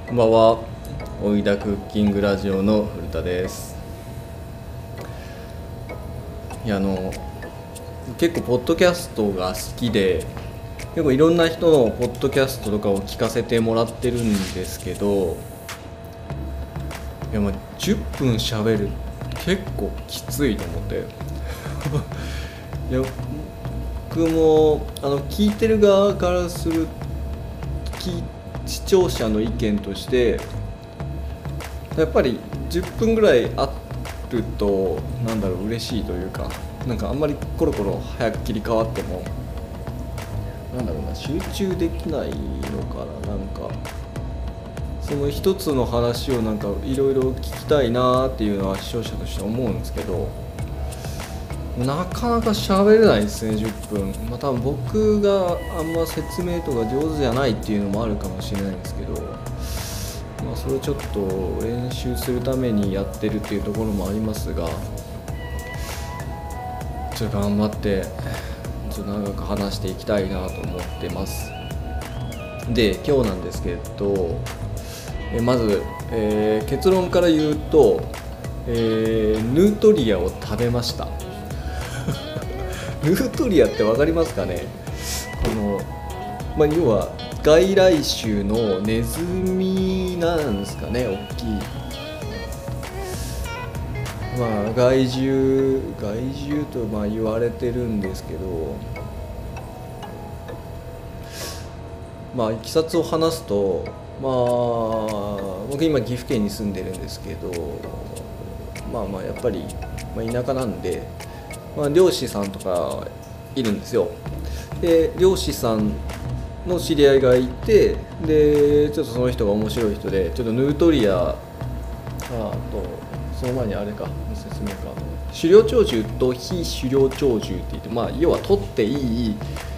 こんばんは。おいだクッキングラジオの古田です。いや結構ポッドキャストが好きで、結構いろんな人のポッドキャストとかを聞かせてもらってるんですけど、いや10分喋る結構きついと思っていや僕も聞いてる側からする視聴者の意見としてやっぱり10分ぐらいあると嬉しいというか、あんまりコロコロ早く切り替わっても集中できないのかな。その一つの話をいろいろ聞きたいなっていうのは視聴者として思うんですけど、なかなか喋れないですね10分。多分僕があんま説明とか上手じゃないっていうのもあるかもしれないんですけど、それをちょっと練習するためにやってるっていうところもありますが、ちょっと頑張ってちょっと長く話していきたいなと思ってます。で今日なんですけど、まず、結論から言うと、ヌートリアを食べましたヌートリアって分かりますかね。要は外来種のネズミなんですかね。大きい害獣と言われてるんですけど、いきさつを話すと、僕今岐阜県に住んでるんですけど、やっぱり、田舎なんで、漁師さんとかいるんですよ。で漁師さんの知り合いがいて、でちょっとその人が面白い人で、ちょっとヌートリアその前にあれか説明か、狩猟鳥獣と非狩猟鳥獣って言って、要は取っていい、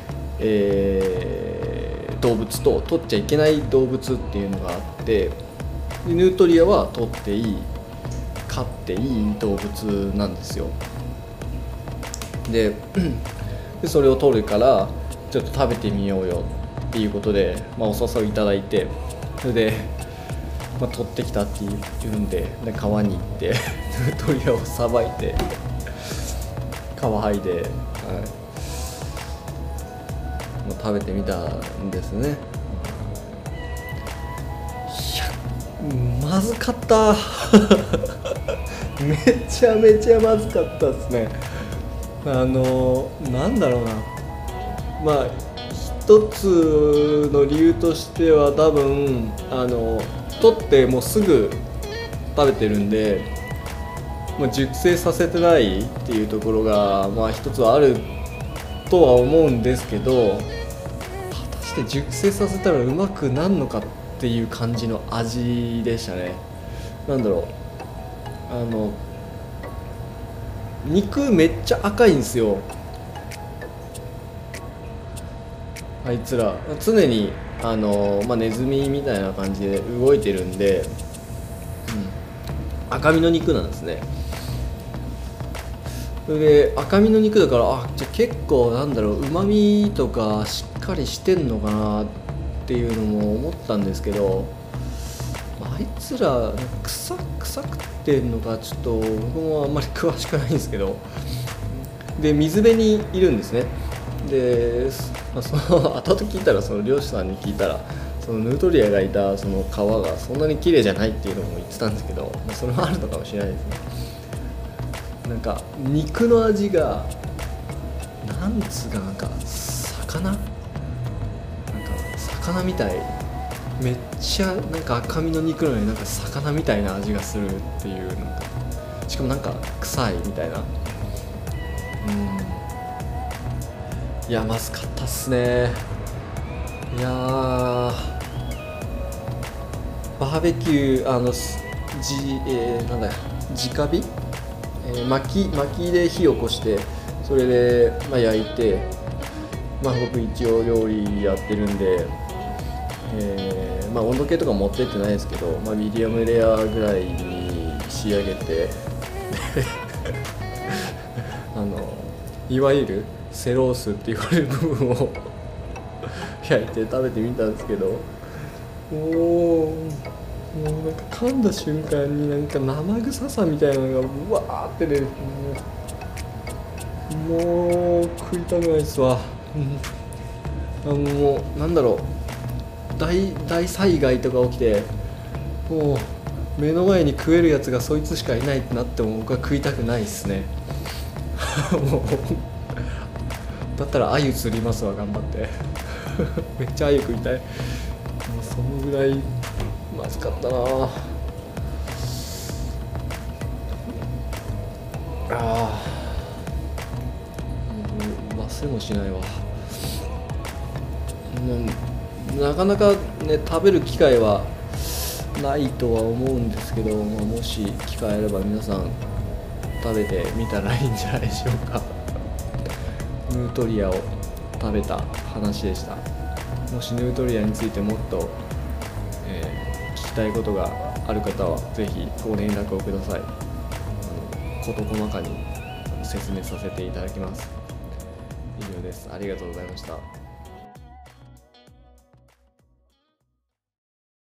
動物と取っちゃいけない動物っていうのがあって、でヌートリアは取っていい飼っていい動物なんですよ。でそれを取るからちょっと食べてみようよっていうことで、お誘いいただいて、それで、取ってきたっていうんで、川に行ってヌートリアをさばいて皮剥いで、食べてみたんですね。いやまずかっためちゃめちゃまずかったですね。一つの理由としては多分取ってもうすぐ食べてるんで、熟成させてないっていうところが一つはあるとは思うんですけど、果たして熟成させたらうまくなるのかっていう感じの味でしたね。肉めっちゃ赤いんですよ。あいつら常にネズミみたいな感じで動いてるんで、赤身の肉なんですね。それで赤身の肉だから、じゃあ結構うまみとかしっかりしてんのかなっていうのも思ったんですけど、あいつら臭くってんのかちょっと僕もあんまり詳しくないんですけど、で水辺にいるんですね。でその後々聞いたら、その漁師さんに聞いたら、そのヌートリアがいたその川がそんなに綺麗じゃないっていうのも言ってたんですけど、それもあるのかもしれないですね。肉の味が魚みたい、めっちゃ赤身の肉なのに魚みたいな味がするっていう、しかも臭いみたいな。いやまずかったっすね。いやバーベキュー直火、薪で火を起こして、それで、焼いて、僕一応料理やってるんで、温度計とか持ってってないですけど、ミディアムレアぐらいに仕上げていわゆるセロースって言われる部分を焼いて食べてみたんですけど、 おもうなんか噛んだ瞬間になんか生臭さみたいなのがうわーって出てきて、もう食いたくないっすわ。もうなんだろう、大災害とか起きてもう目の前に食えるやつがそいつしかいないってなっても僕は食いたくないっすね。もうだったら鮎釣りますわ、頑張ってめっちゃ鮎食いたい。もうそのぐらいまずかったなあ。もう忘れもしないわ。なかなかね食べる機会はないとは思うんですけど、もし機会あれば皆さん食べてみたらいいんじゃないでしょうか。ヌートリアを食べた話でした。もしヌートリアについてもっと、聞きたいことがある方はぜひご連絡をください。事細かに説明させていただきます。以上です。ありがとうございました。